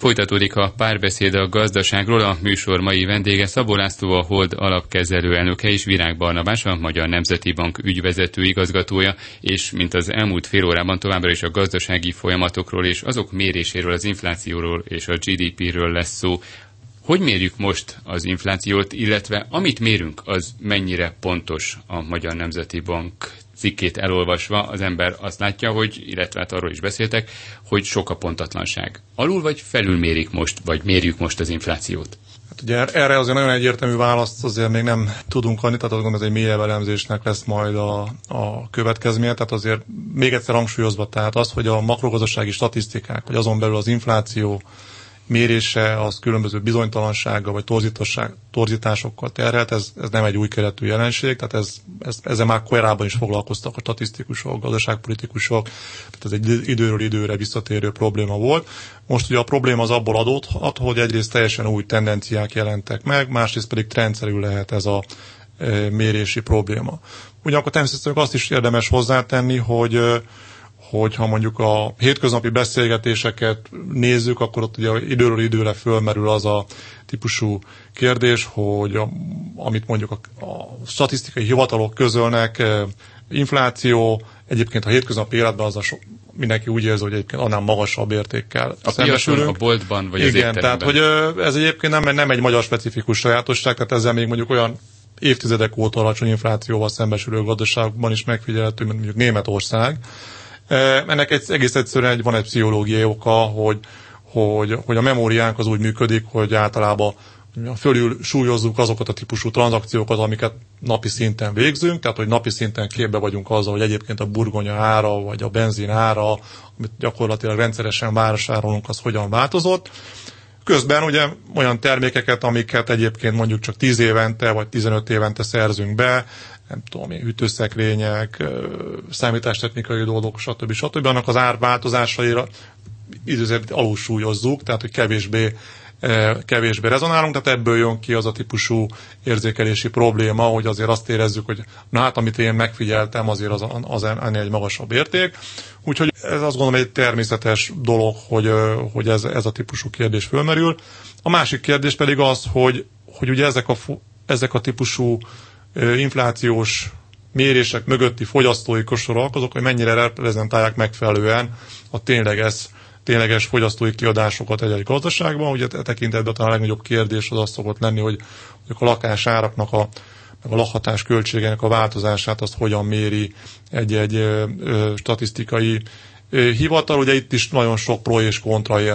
Folytatódik a párbeszéd a gazdaságról. A műsor mai vendége Szabó László, a Hold alapkezelő elnöke, és Virág Barnabás, a Magyar Nemzeti Bank ügyvezető igazgatója, és mint az elmúlt fél órában továbbra is a gazdasági folyamatokról és azok méréséről, az inflációról és a GDP-ről lesz szó. Hogy mérjük most az inflációt, illetve amit mérünk, az mennyire pontos? A Magyar Nemzeti Bank cikkét elolvasva az ember azt látja, hogy, illetve hát arról is beszéltek, hogy sok a pontatlanság. Alul vagy felül mérik most, vagy mérjük most az inflációt? Hát ugye erre azért nagyon egyértelmű választ azért még nem tudunk adni, tehát azt gondolom, ez egy mélyebb elemzésnek lesz majd a következménye. Tehát azért még egyszer hangsúlyozva, tehát az, hogy a makrogazdasági statisztikák, vagy azon belül az infláció mérése az különböző bizonytalansággal vagy torzításokkal terhelt, ez nem egy új keletű jelenség, tehát ezzel már korábban is foglalkoztak a statisztikusok, gazdaságpolitikusok, tehát ez egy időről időre visszatérő probléma volt. Most ugye a probléma az abból adódhat, hogy egyrészt teljesen új tendenciák jelentek meg, másrészt pedig trendszerű lehet ez a mérési probléma. Ugyanakkor természetesen azt is érdemes hozzátenni, hogy ha mondjuk a hétköznapi beszélgetéseket nézzük, akkor ott ugye időről időre fölmerül az a típusú kérdés, hogy amit mondjuk a statisztikai hivatalok közölnek, infláció, egyébként a hétköznapi életben mindenki úgy érzi, hogy egyébként annál magasabb értékkel szembesülünk. A boltban, vagy az étteremben. Tehát, hogy ez egyébként nem egy magyar specifikus sajátosság, tehát ezzel még mondjuk olyan évtizedek óta alacsony inflációval szembesülő gazdaságban is megfigyelhető, mint mondjuk Németország. Ennek egész egyszerűen van egy pszichológiai oka, hogy a memóriánk az úgy működik, hogy általában fölül súlyozzuk azokat a típusú tranzakciókat, amiket napi szinten végzünk, tehát hogy napi szinten képbe vagyunk azzal, hogy egyébként a burgonya ára, vagy a benzin ára, amit gyakorlatilag rendszeresen vásárolunk, az hogyan változott. Közben ugye olyan termékeket, amiket egyébként mondjuk csak 10 évente, vagy 15 évente szerzünk be, nem tudom, hűtőszekrények, számítástechnikai dolgok, stb. Annak az árváltozásaira időzőt alulsúlyozzuk, tehát hogy kevésbé rezonálunk, tehát ebből jön ki az a típusú érzékelési probléma, hogy azért azt érezzük, hogy na hát, amit én megfigyeltem, azért az ennél egy magasabb érték. Úgyhogy ez azt gondolom egy természetes dolog, hogy ez a típusú kérdés fölmerül. A másik kérdés pedig az, hogy ugye ezek a típusú inflációs mérések mögötti fogyasztói kosarak, azok, hogy mennyire reprezentálják megfelelően a tényleges fogyasztói kiadásokat egy gazdaságban. Ugye tekintetben talán a legnagyobb kérdés az szokott lenni, hogy a lakásáraknak meg a lakhatás költségének a változását azt hogyan méri egy statisztikai hivatal. Ugye itt is nagyon sok pro és kontraér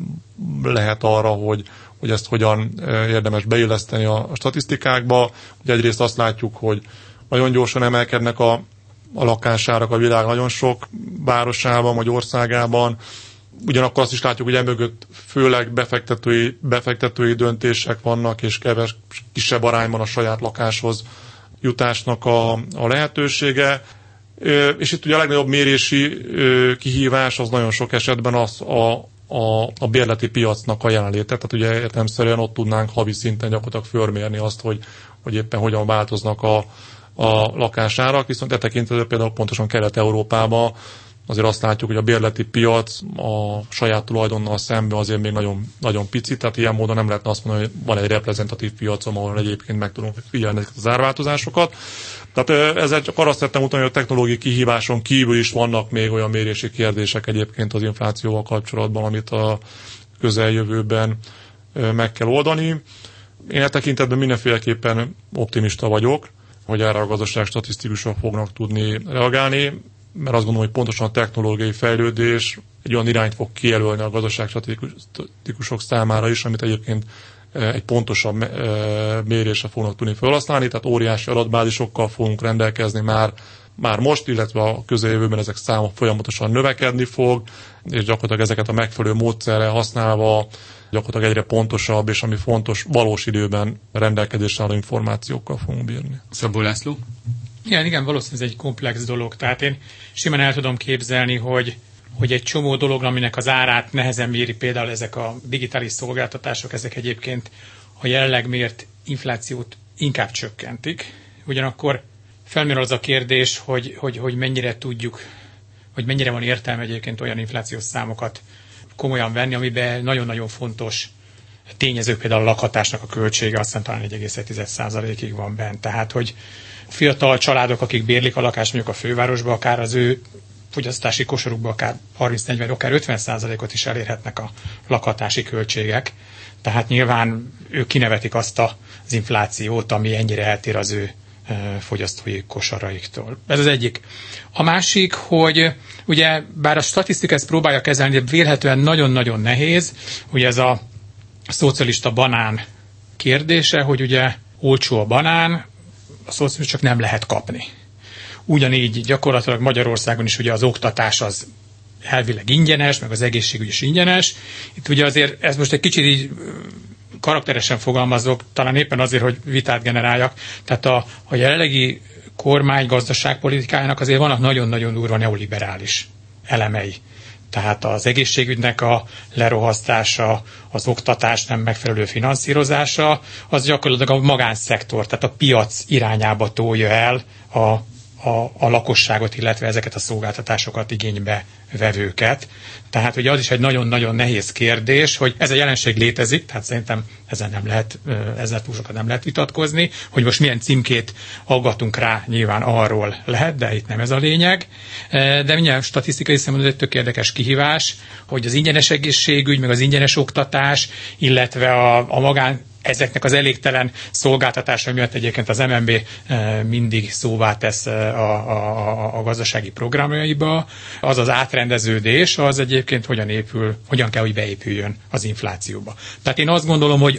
lehet arra, hogy ezt hogyan érdemes beilleszteni a statisztikákba. Ugye egyrészt azt látjuk, hogy nagyon gyorsan emelkednek a lakásárak a világ nagyon sok városában vagy országában. Ugyanakkor azt is látjuk, hogy emögött főleg befektetői döntések vannak, és kisebb arányban a saját lakáshoz jutásnak a lehetősége. És itt ugye a legnagyobb mérési kihívás az nagyon sok esetben a bérleti piacnak a jelenléte. Tehát ugye értelemszerűen ott tudnánk havi szinten gyakorlatilag fölmérni azt, hogy éppen hogyan változnak a lakásárak, viszont tekintetben például pontosan Kelet-Európában azért azt látjuk, hogy a bérleti piac a saját tulajdonnal szemben azért még nagyon, nagyon pici, tehát ilyen módon nem lehetne azt mondani, hogy van egy reprezentatív piacom, ahol egyébként meg tudunk figyelni ezeket az árváltozásokat. Tehát ezzel csak arra szerettem mutatni, hogy a technológiai kihíváson kívül is vannak még olyan mérési kérdések egyébként az inflációval kapcsolatban, amit a közeljövőben meg kell oldani. Én e tekintetben mindenféleképpen optimista vagyok, hogy erre a gazdaság statisztikusok fognak tudni reagálni, mert azt gondolom, hogy pontosan a technológiai fejlődés egy olyan irányt fog kijelölni a gazdaságstatisztikusok számára is, amit egyébként egy pontosabb mérésre fognak tudni felhasználni, tehát óriási adatbázisokkal fogunk rendelkezni már most, illetve a közeljövőben ezek száma folyamatosan növekedni fog, és gyakorlatilag ezeket a megfelelő módszerrel használva gyakorlatilag egyre pontosabb, és ami fontos, valós időben rendelkezésre álló információkkal fogunk bírni. Szabó László? Igen, valószínűleg ez egy komplex dolog. Tehát én simán el tudom képzelni, hogy egy csomó dolog, aminek az árát nehezen méri, például ezek a digitális szolgáltatások, ezek egyébként a jelenleg mért inflációt inkább csökkentik. Ugyanakkor felmerül az a kérdés, hogy mennyire tudjuk, vagy mennyire van értelme egyébként olyan inflációs számokat komolyan venni, amiben nagyon-nagyon fontos tényező, például a lakhatásnak a költsége, azt hiszem talán 1,1%-ig van bent. Tehát, hogy fiatal családok, akik bérlik a lakást mondjuk a fővárosba, akár az ő fogyasztási kosarukba akár 30-40, akár 50%-ot is elérhetnek a lakhatási költségek. Tehát nyilván ők kinevetik azt az inflációt, ami ennyire eltér az ő fogyasztói kosaraiktól. Ez az egyik. A másik, hogy ugye bár a statisztika ezt próbálja kezelni, de vélhetően nagyon-nagyon nehéz, ugye ez a szocialista banán kérdése, hogy ugye olcsó a banán, a szocialista csak nem lehet kapni. Ugyanígy gyakorlatilag Magyarországon is ugye az oktatás az elvileg ingyenes, meg az egészségügy is ingyenes. Itt ugye azért, ez most egy kicsit így karakteresen fogalmazok, talán éppen azért, hogy vitát generáljak. Tehát a jelenlegi kormány gazdaságpolitikájának azért vannak nagyon-nagyon durva neoliberális elemei. Tehát az egészségügynek a lerohasztása, az oktatás nem megfelelő finanszírozása, az gyakorlatilag a magánszektor, tehát a piac irányába tolja el a lakosságot, illetve ezeket a szolgáltatásokat igénybe vevőket. Tehát ugye az is egy nagyon-nagyon nehéz kérdés, hogy ez a jelenség létezik, tehát szerintem ezzel túl sokat nem lehet vitatkozni, hogy most milyen címkét aggatunk rá, nyilván arról lehet, de itt nem ez a lényeg. De mindjárt statisztikai szempontból egy tök érdekes kihívás, hogy az ingyenes egészségügy, meg az ingyenes oktatás, illetve a magán ezeknek az elégtelen szolgáltatása miatt egyébként az MNB mindig szóvá tesz a gazdasági programjaiba. Az az átrendeződés, az egyébként hogyan kell, hogy beépüljön az inflációba. Tehát én azt gondolom, hogy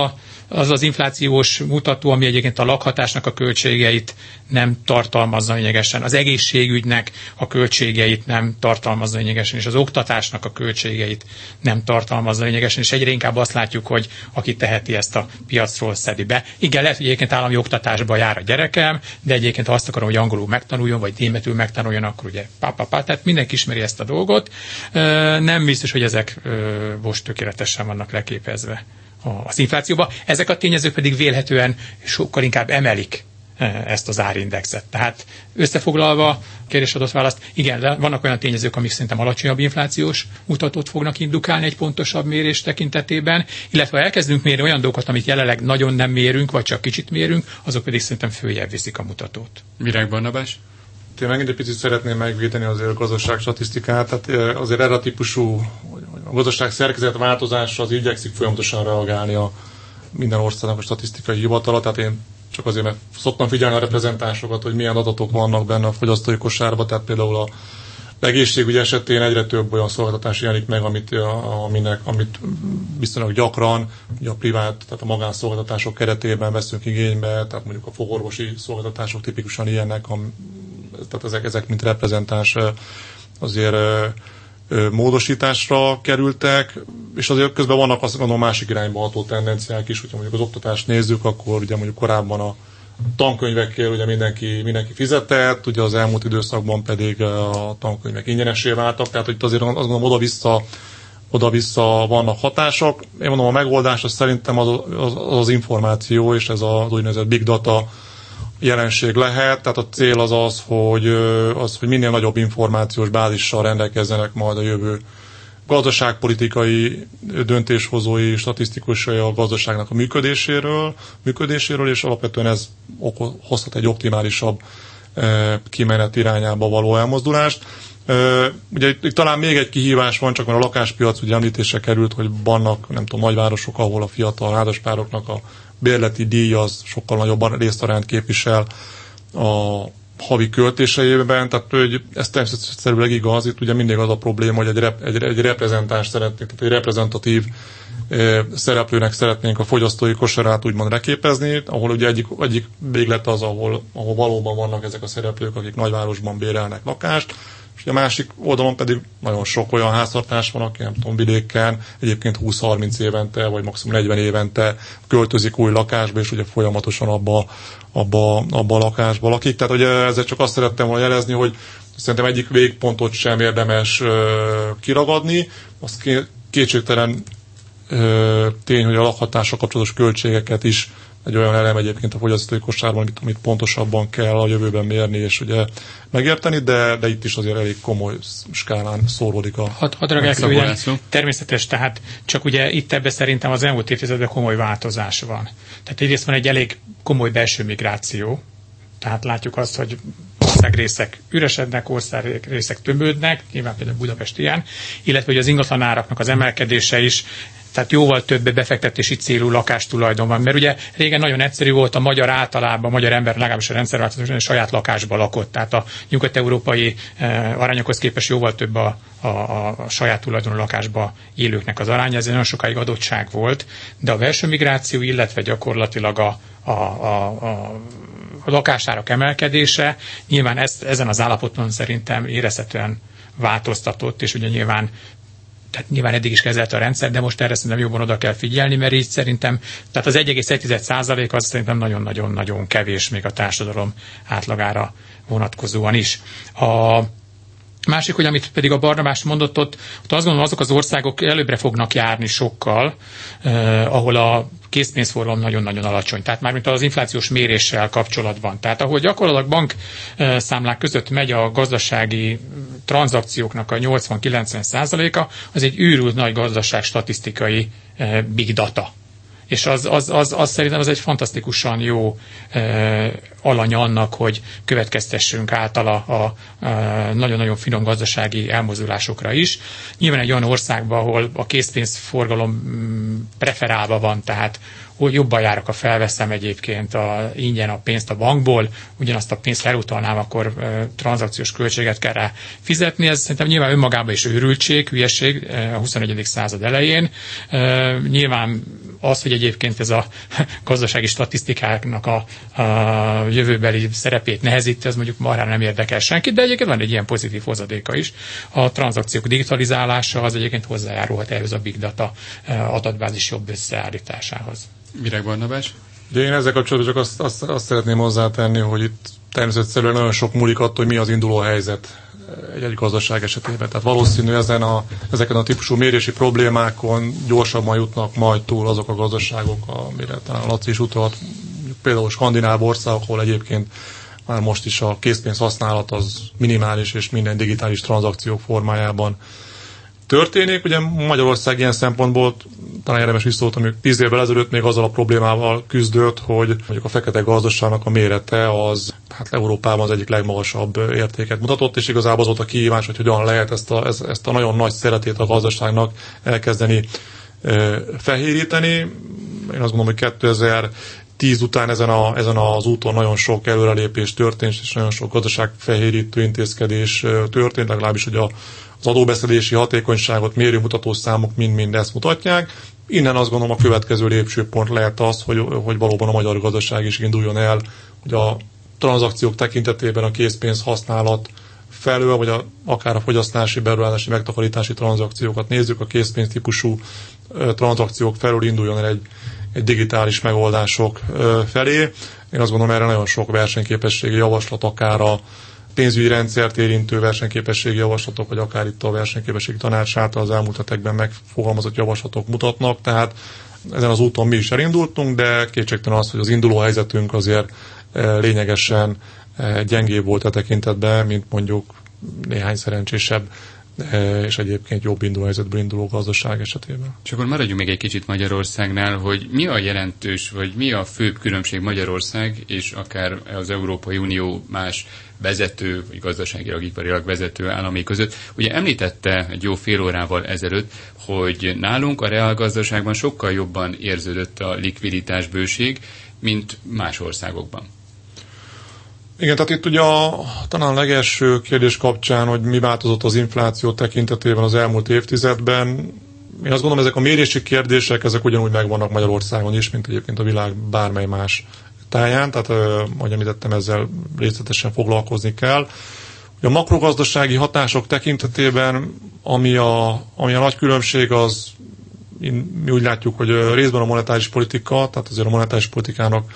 az inflációs mutató, ami egyébként a lakhatásnak a költségeit nem tartalmazza lényegesen, az egészségügynek a költségeit nem tartalmazza lényegesen, és az oktatásnak a költségeit nem tartalmazza lényegesen, és egyre inkább azt látjuk, hogy aki teheti, ezt a piacról szedi be. Igen, lehet, hogy egyébként állami oktatásba jár a gyerekem, de egyébként ha azt akarom, hogy angolul megtanuljon, vagy németül megtanuljon, akkor ugye tehát mindenki ismeri ezt a dolgot. Nem biztos, hogy ezek most tökéletesen vannak leképezve az inflációba. Ezek a tényezők pedig vélhetően sokkal inkább emelik ezt az árindexet. Tehát összefoglalva, kérdés adott választ, igen, vannak olyan tényezők, amik szerintem alacsonyabb inflációs mutatót fognak indukálni egy pontosabb mérés tekintetében, illetve ha elkezdünk mérni olyan dolgokat, amit jelenleg nagyon nem mérünk, vagy csak kicsit mérünk, azok pedig szerintem följebb viszik a mutatót. Virág Barnabás? Én megint egy picit szeretném megvédeni azért a gazdaság statisztikát, tehát azért erre a típusú a gazdaság szerkezet változásra az igyekszik folyamatosan reagálni a minden országnak a statisztikai hivatala, tehát én csak azért, mert szoktam figyelni a reprezentásokat, hogy milyen adatok vannak benne a fogyasztói kosárba, tehát például a egészségügy esetén egyre több olyan szolgáltatás jelenik meg, amit viszonylag gyakran, ugye a privát, tehát a magánszolgáltatások keretében veszünk igénybe, tehát mondjuk a fogorvosi szolgáltatások tipikusan ilyenek, tehát ezek mint reprezentáns azért módosításra kerültek, és azért közben vannak azt gondolom másik irányba ható tendenciák is, hogyha mondjuk az oktatást nézzük, akkor ugye mondjuk korábban a tankönyvekkel ugye mindenki fizetett, ugye az elmúlt időszakban pedig a tankönyvek ingyenessé váltak, tehát hogy itt azért azt gondolom oda-vissza vannak hatások. Én mondom, a megoldás az szerintem az információ, és ez az úgynevezett big data jelenség lehet, tehát a cél az, hogy minél nagyobb információs bázissal rendelkezzenek majd a jövő gazdaságpolitikai döntéshozói, statisztikusai a gazdaságnak a működéséről, és alapvetően ez hozhat egy optimálisabb kimenet irányába való elmozdulást. Ugye itt talán még egy kihívás van, csak mert a lakáspiac ugye említésre került, hogy vannak, nem tudom, nagyvárosok, ahol a fiatal házaspároknak a bérleti díj az sokkal nagyobb részarányt képvisel a havi költéseiben, tehát hogy ez természetesen igaz, itt ugye mindig az a probléma, hogy egy reprezentáns szeretnénk, tehát egy reprezentatív szereplőnek szeretnénk a fogyasztói kosarát úgymond reképezni, ahol ugye egyik véglet az, ahol valóban vannak ezek a szereplők, akik nagyvárosban bérelnek lakást, és a másik oldalon pedig nagyon sok olyan háztartás van, aki nem tudom, vidéken egyébként 20-30 évente, vagy maximum 40 évente költözik új lakásba, és ugye folyamatosan abba a lakásba lakik. Tehát ugye ezzel csak azt szerettem volna jelezni, hogy szerintem egyik végpontot sem érdemes kiragadni. Az kétségtelen tény, hogy a lakhatással kapcsolatos költségeket is egy olyan elem egyébként a fogyasztói kosárban, amit pontosabban kell a jövőben mérni és ugye megérteni, de itt is azért elég komoly skálán szóródik a... Hadd reagálják, természetes, tehát csak ugye itt ebben szerintem az elmúlt évtizedben komoly változás van. Tehát egyrészt van egy elég komoly belső migráció, tehát látjuk azt, hogy országrészek üresednek, országrészek tömődnek, nyilván például Budapest ilyen, illetve hogy az ingatlanáraknak az emelkedése is, tehát jóval több befektetési célú lakástulajdon van, mert ugye régen nagyon egyszerű volt, a a magyar ember legalábbis a rendszerváltozásban saját lakásba lakott, tehát a nyugat-európai arányokhoz képest jóval több a saját tulajdonú lakásba élőknek az aránya, ez nagyon sokáig adottság volt, de a belső migráció, illetve gyakorlatilag a lakásárak emelkedése nyilván ezen az állapoton szerintem érezhetően változtatott, és ugye nyilván eddig is kezelte a rendszer, de most erre szerintem jobban oda kell figyelni, mert így szerintem, tehát az 1,1% az szerintem nagyon-nagyon-nagyon kevés még a társadalom átlagára vonatkozóan is. A másik, hogy amit pedig a Barnabás mondott, ott azt gondolom, azok az országok előbbre fognak járni sokkal, ahol a készpénzforgalom nagyon-nagyon alacsony. Tehát mármint az inflációs méréssel kapcsolatban. Tehát ahol gyakorlatilag bankszámlák között megy a gazdasági tranzakcióknak a 80-90%-a, az egy őrült nagy gazdaság statisztikai big data. És az szerintem az egy fantasztikusan jó alany annak, hogy következtessünk általa a nagyon-nagyon finom gazdasági elmozdulásokra is. Nyilván egy olyan országban, ahol a készpénzforgalom preferálva van, tehát hogy jobban járok, ha felveszem egyébként ingyen a pénzt a bankból, ugyanazt a pénzt felutalnám, akkor tranzakciós költséget kell rá fizetni. Ez szerintem nyilván önmagában is őrültség, hülyeség a 21. század elején. Nyilván az, hogy egyébként ez a gazdasági statisztikáknak a jövőbeli szerepét nehezíti, az mondjuk marha nem érdekel senkit, de egyébként van egy ilyen pozitív hozadéka is. A tranzakciók digitalizálása az egyébként hozzájárulhat ehhez a big data adatbázis jobb összeállításához. Virág Barnabás? De én ezzel kapcsolatban csak azt szeretném hozzátenni, hogy itt természetesen nagyon sok múlik attól, hogy mi az induló helyzet egy gazdaság esetében. Tehát valószínű ezeken a típusú mérési problémákon gyorsabban jutnak majd túl azok a gazdaságok, amire talán Laci is utalt, például skandináv országok, ahol egyébként már most is a készpénz használat az minimális, és minden digitális tranzakciók formájában történik. Ugye Magyarország ilyen szempontból talán érdemes visszatolni, hogy 10 évvel ezelőtt még azzal a problémával küzdött, hogy mondjuk a fekete gazdaságnak a mérete az Európában az egyik legmagasabb értéket mutatott, és igazából az volt a kihívás, hogy hogyan lehet ezt a nagyon nagy szeretét a gazdaságnak elkezdeni fehéríteni. Én azt gondolom, hogy 2010 után ezen az úton nagyon sok előrelépés történt, és nagyon sok gazdaságfehérítő intézkedés történt, legalábbis hogy az adóbeszedési hatékonyságot mérő mutató számok mind ezt mutatják. Innen azt gondolom a következő lépcsőpont lehet az, hogy valóban a magyar gazdaság is induljon el, hogy a tranzakciók tekintetében a készpénz használat felől, vagy akár a fogyasztási, beruházási, megtakarítási tranzakciókat nézzük, a készpénz típusú tranzakciók felől induljon el egy digitális megoldások felé. Én azt gondolom, erre nagyon sok versenyképességi javaslat, akár a pénzügyi rendszert érintő versenyképességi javaslatok, vagy akár itt a versenyképességi tanács által az elmúlt hetekben megfogalmazott javaslatok mutatnak, tehát ezen az úton mi is elindultunk, de kétségtelen az, hogy az induló helyzetünk azért lényegesen gyengébb volt a tekintetben, mint mondjuk néhány szerencsésebb és egyébként jobb induló helyzetből induló gazdaság esetében. És akkor maradjunk még egy kicsit Magyarországnál, hogy mi a jelentős, vagy mi a főbb különbség Magyarország és akár az Európai Unió más vezető, vagy gazdaságilag, iparilag vezető állami között. Ugye említette egy jó fél órával ezelőtt, hogy nálunk a reálgazdaságban sokkal jobban érződött a likviditásbőség, mint más országokban. Igen, tehát itt ugye talán a legelső kérdés kapcsán, hogy mi változott az infláció tekintetében az elmúlt évtizedben. Én azt gondolom, ezek a mérési kérdések, ezek ugyanúgy megvannak Magyarországon is, mint egyébként a világ bármely más táján, tehát ahogy említettem, ezzel részletesen foglalkozni kell. A makrogazdasági hatások tekintetében, ami a nagy különbség, az mi úgy látjuk, hogy részben a monetáris politika, tehát azért a monetáris politikának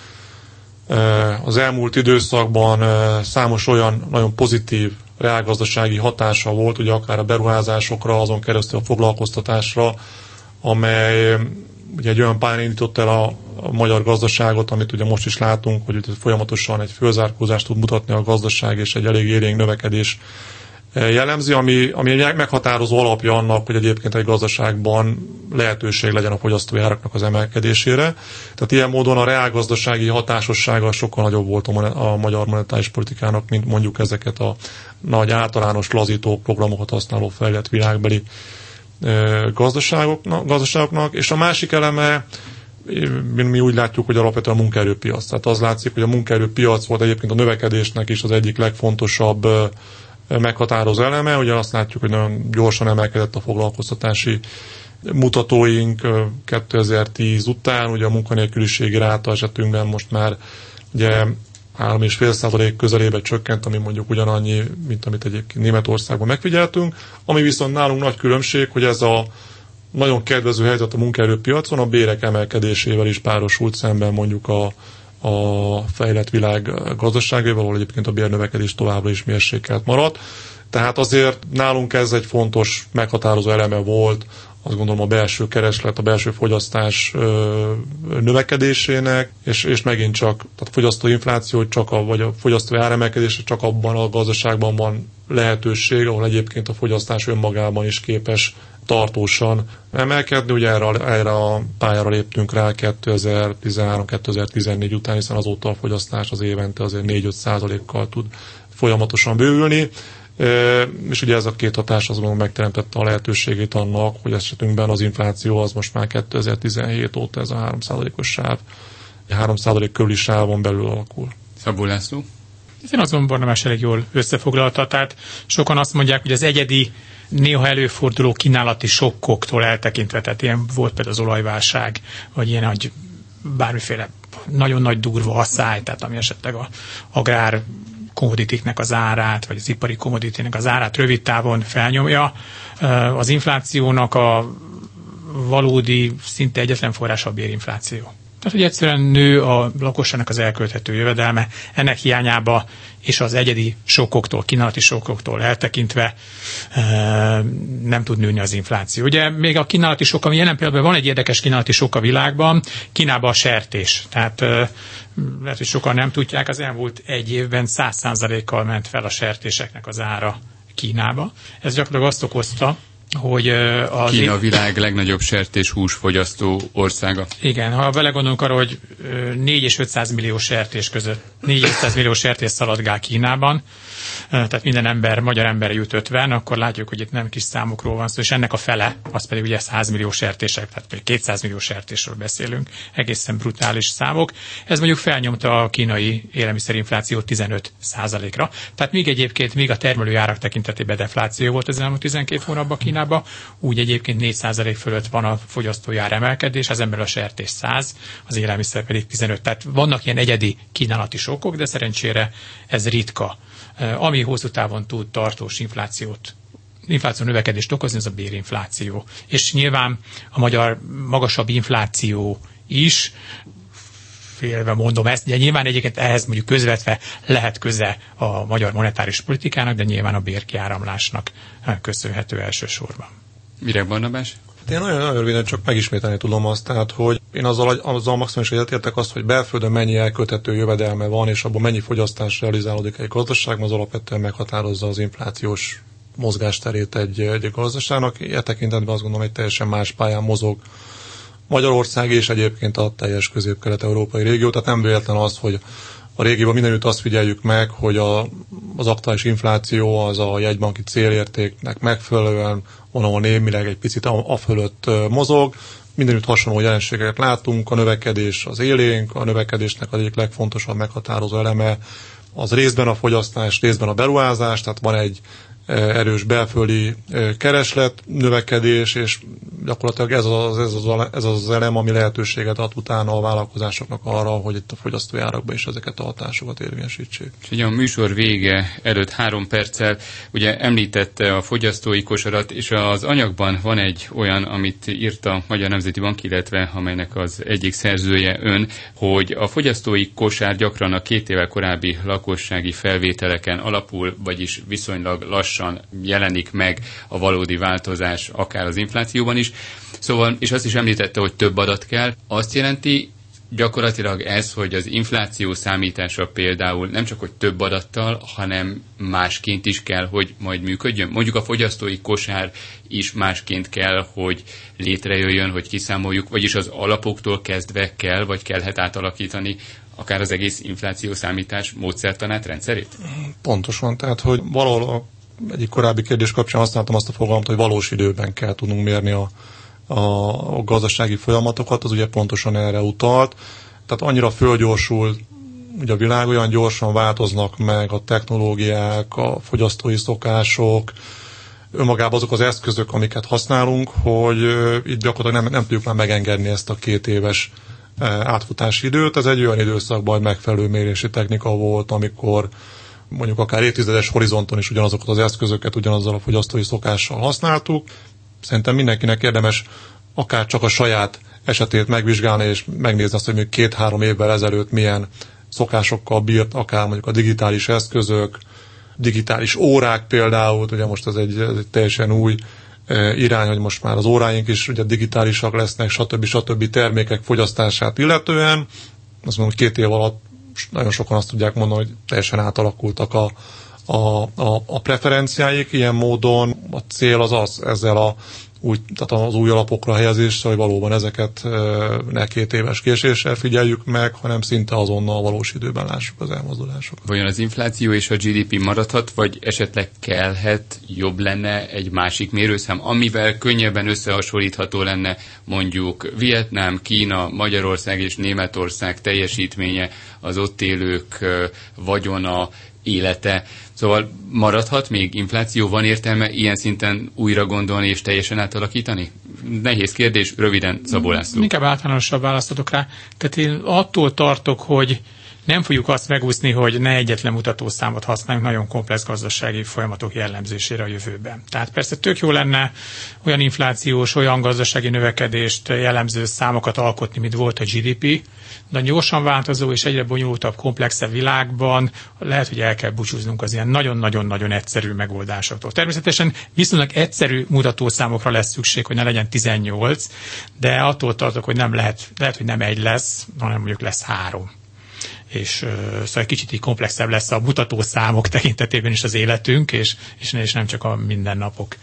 az elmúlt időszakban számos olyan nagyon pozitív reálgazdasági hatása volt, ugye akár a beruházásokra, azon keresztül a foglalkoztatásra, amely ugye egy olyan pályán indított el a magyar gazdaságot, amit ugye most is látunk, hogy folyamatosan egy fölzárkózást tud mutatni a gazdaság, és egy elég élénk növekedés jellemzi, ami egy meghatározó alapja annak, hogy egyébként egy gazdaságban lehetőség legyen a fogyasztói áraknak az emelkedésére. Tehát ilyen módon a reálgazdasági hatásossága sokkal nagyobb volt a magyar monetáris politikának, mint mondjuk ezeket a nagy általános lazító programokat használó fejlett világbeli gazdaságoknak. És a másik eleme, mi úgy látjuk, hogy alapvetően a munkaerőpiac. Tehát az látszik, hogy a munkaerőpiac volt egyébként a növekedésnek is az egyik legfontosabb meghatározó eleme. Ugye azt látjuk, hogy nagyon gyorsan emelkedett a foglalkoztatási mutatóink 2010 után. Ugye a munkanélküliségi ráta esetünkben most már ugye 3,5% közelébe csökkent, ami mondjuk ugyanannyi, mint amit egyébként Németországban megfigyeltünk. Ami viszont nálunk nagy különbség, hogy ez a nagyon kedvező helyzet a munkaerőpiacon a bérek emelkedésével is párosult szemben mondjuk a fejlett világ gazdaságával, ahol egyébként a bérnövekedés továbbra is mérsékelt maradt. Tehát azért nálunk ez egy fontos meghatározó eleme volt, azt gondolom a belső kereslet, a belső fogyasztás növekedésének, és megint csak tehát a fogyasztói infláció vagy a fogyasztói áremelkedésre csak abban a gazdaságban van lehetőség, ahol egyébként a fogyasztás önmagában is képes tartósan emelkedni. Ugye erre a pályára léptünk rá 2013-2014 után, hiszen azóta a fogyasztás az évente azért 4-5%-kal tud folyamatosan bővülni. És ugye ez a két hatás azonban megteremtette a lehetőségét annak, hogy esetünkben az infláció az most már 2017 óta ez a 3%-os sáv, 3% körüli sávon belül alakul. Szabó László? Én azt gondolom, Barnabás elég jól összefoglalta. Tehát sokan azt mondják, hogy az egyedi, néha előforduló kínálati sokkoktól eltekintve, tehát ilyen volt például az olajválság, vagy ilyen nagy, bármiféle nagyon nagy durva asszály, tehát ami esetleg a agrár komoditiknek az árát, vagy az ipari komoditiknek az árát rövid távon felnyomja. Az inflációnak a valódi, szinte egyetlen forrása a bérinfláció. Tehát, hogy egyszerűen nő a lakosságnak az elkölthető jövedelme, ennek hiányába és az egyedi sokkoktól, kínálati sokkoktól eltekintve nem tud nőni az infláció. Ugye még a kínálati sok, ami jelen pillanatban van egy érdekes kínálati sok a világban, Kínában a sertés. Tehát lehet, hogy sokan nem tudják, az elmúlt egy évben 100%-kal ment fel a sertéseknek az ára Kínába. Ez gyakorlatilag azt okozta, hogy Kína a világ legnagyobb sertés húsfogyasztó országa. Igen, ha belegondolunk arra, hogy 4 és 500 millió sertés között, 400 millió sertés szaladgál Kínában, tehát minden magyar emberre jut 50, akkor látjuk, hogy itt nem kis számokról van szó, és ennek a fele, az pedig ugye 100 millió sertések, tehát 200 millió sertésről beszélünk, egészen brutális számok. Ez mondjuk felnyomta a kínai élelmiszerinflációt 15%-ra. Tehát míg a termelőárak tekintetében defláció volt az elmúlt 12 hónapban Kínában, úgy egyébként 4% fölött van a fogyasztói ár emelkedés, az ember a sertés 100, az élelmiszer pedig 15. Tehát vannak ilyen egyedi kínálati sokkok, de szerencsére ez ritka. Ami hosszú távon tud tartós infláció növekedést okozni, ez a bérinfláció. És nyilván a magyar magasabb infláció is, félve mondom ezt, de nyilván egyébként ehhez mondjuk közvetve lehet köze a magyar monetáris politikának, de nyilván a bérkiáramlásnak köszönhető elsősorban. Virág Barnabás? Én nagyon röviden csak megismételni tudom azt, tehát, hogy én azzal maximális egyetértek azt, hogy belföldön mennyi elkölthető jövedelme van, és abban mennyi fogyasztás realizálódik egy gazdaságban, az alapvetően meghatározza az inflációs mozgásterét egy gazdaságnak. Ilyen tekintetben azt gondolom, hogy teljesen más pályán mozog Magyarország és egyébként a teljes közép-kelet-európai régió. Tehát nem véletlen az, hogy a régióban mindenütt azt figyeljük meg, hogy az aktuális infláció az a jegybanki célértéknek megfelelően van, ahol némileg egy picit afölött mozog. Mindenütt hasonló jelenségeket látunk, a növekedés az élénk, a növekedésnek az egyik legfontosabb meghatározó eleme az részben a fogyasztás, részben a beruházás, tehát van egy erős belföldi kereslet növekedés, és gyakorlatilag ez az elem, ami lehetőséget ad utána a vállalkozásoknak arra, hogy itt a fogyasztói árakban is ezeket a hatásokat érvényesítsék. És ugye a műsor vége előtt 3 perccel ugye említette a fogyasztói kosarat, és az anyagban van egy olyan, amit írt a Magyar Nemzeti Bank, illetve amelynek az egyik szerzője ön, hogy a fogyasztói kosár gyakran a 2 évvel korábbi lakossági felvételeken alapul, vagyis viszonylag lassan jelenik meg a valódi változás, akár az inflációban is. Szóval, és azt is említette, hogy több adat kell. Azt jelenti gyakorlatilag ez, hogy az infláció számítása például nem csak hogy több adattal, hanem másként is kell, hogy majd működjön. Mondjuk a fogyasztói kosár is másként kell, hogy létrejöjjön, hogy kiszámoljuk, vagyis az alapoktól kezdve kell, vagy kellhet átalakítani akár az egész infláció számítás módszertanát, rendszerét? Pontosan, tehát hogy valahol egyik korábbi kérdés kapcsán használtam azt a fogalmat, hogy valós időben kell tudnunk mérni a gazdasági folyamatokat, az ugye pontosan erre utalt. Tehát annyira fölgyorsul ugye a világ, olyan gyorsan változnak meg a technológiák, a fogyasztói szokások, önmagában azok az eszközök, amiket használunk, hogy itt gyakorlatilag nem tudjuk már megengedni ezt a 2 éves átfutási időt. Ez egy olyan időszakban megfelelő mérési technika volt, amikor mondjuk akár évtizedes horizonton is ugyanazokat az eszközöket ugyanazzal a fogyasztói szokással használtuk. Szerintem mindenkinek érdemes akár csak a saját esetét megvizsgálni, és megnézni azt, hogy még 2-3 évvel ezelőtt milyen szokásokkal bírt, akár mondjuk a digitális eszközök, digitális órák például, ugye most ez egy teljesen új irány, hogy most már az óráink is ugye digitálisak lesznek, stb. Termékek fogyasztását illetően. Azt mondom, hogy 2 év alatt nagyon sokan azt tudják mondani, hogy teljesen átalakultak a preferenciáik. Ilyen módon a cél az ezzel tehát az új alapokra helyezésre, hogy valóban ezeket ne 2 éves késéssel figyeljük meg, hanem szinte azonnal valós időben lássuk az elmozdulásokat. Vajon az infláció és a GDP maradhat, vagy esetleg kellhet, jobb lenne egy másik mérőszám, amivel könnyebben összehasonlítható lenne mondjuk Vietnám, Kína, Magyarország és Németország teljesítménye, az ott élők vagyona, élete. Szóval maradhat még infláció? Van értelme ilyen szinten újra gondolni és teljesen átalakítani? Nehéz kérdés, röviden, Szabó László. Inkább általánosabb választatok rá. Tehát én attól tartok, hogy nem fogjuk azt megúszni, hogy ne egyetlen mutatószámot használjunk nagyon komplex gazdasági folyamatok jellemzésére a jövőben. Tehát persze tök jó lenne olyan inflációs, olyan gazdasági növekedést jellemző számokat alkotni, mint volt a GDP, de a gyorsan változó és egyre bonyolultabb, komplexebb világban lehet, hogy el kell búcsúznunk az ilyen nagyon-nagyon-nagyon egyszerű megoldásoktól. Természetesen viszonylag egyszerű mutatószámokra lesz szükség, hogy ne legyen 18, de attól tartok, hogy nem lehet, hogy nem 1 lesz, hanem mondjuk lesz 3. És szóval egy kicsit így komplexebb lesz a mutatószámok tekintetében is az életünk, és nem csak a mindennapok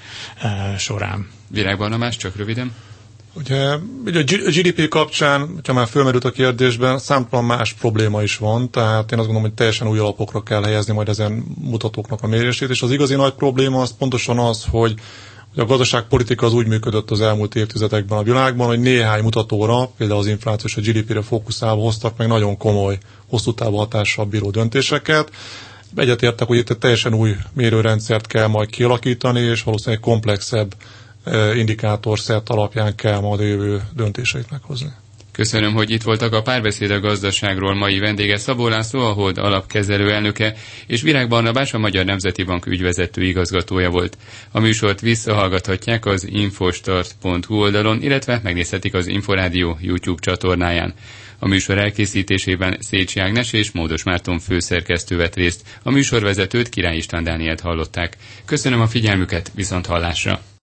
során. Virág Barnabás, csak röviden. Ugye a GDP kapcsán, hogyha már fölmerült a kérdésben, számtalan más probléma is van, tehát én azt gondolom, hogy teljesen új alapokra kell helyezni majd ezen mutatóknak a mérését, és az igazi nagy probléma az pontosan az, hogy a gazdaságpolitika az úgy működött az elmúlt évtizedekben a világban, hogy néhány mutatóra, például az infláció és a GDP-re fókuszálva hoztak meg nagyon komoly, hosszú távú hatással bíró döntéseket. Egyetértek, hogy itt egy teljesen új mérőrendszert kell majd kialakítani, és valószínűleg komplexebb indikátorszert alapján kell majd a jövő döntéseit meghozni. Köszönöm, hogy itt voltak. A Párbeszéd a gazdaságról mai vendége Szabó László, a Hold alapkezelő elnöke, és Virág Barnabás, a Magyar Nemzeti Bank ügyvezető igazgatója volt. A műsort visszahallgathatják az infostart.hu oldalon, illetve megnézhetik az Inforádió YouTube csatornáján. A műsor elkészítésében Szécsi Ágnes és Módos Márton főszerkesztő vett részt. A műsorvezetőt, Király István Dánielt hallották. Köszönöm a figyelmüket, viszont hallásra!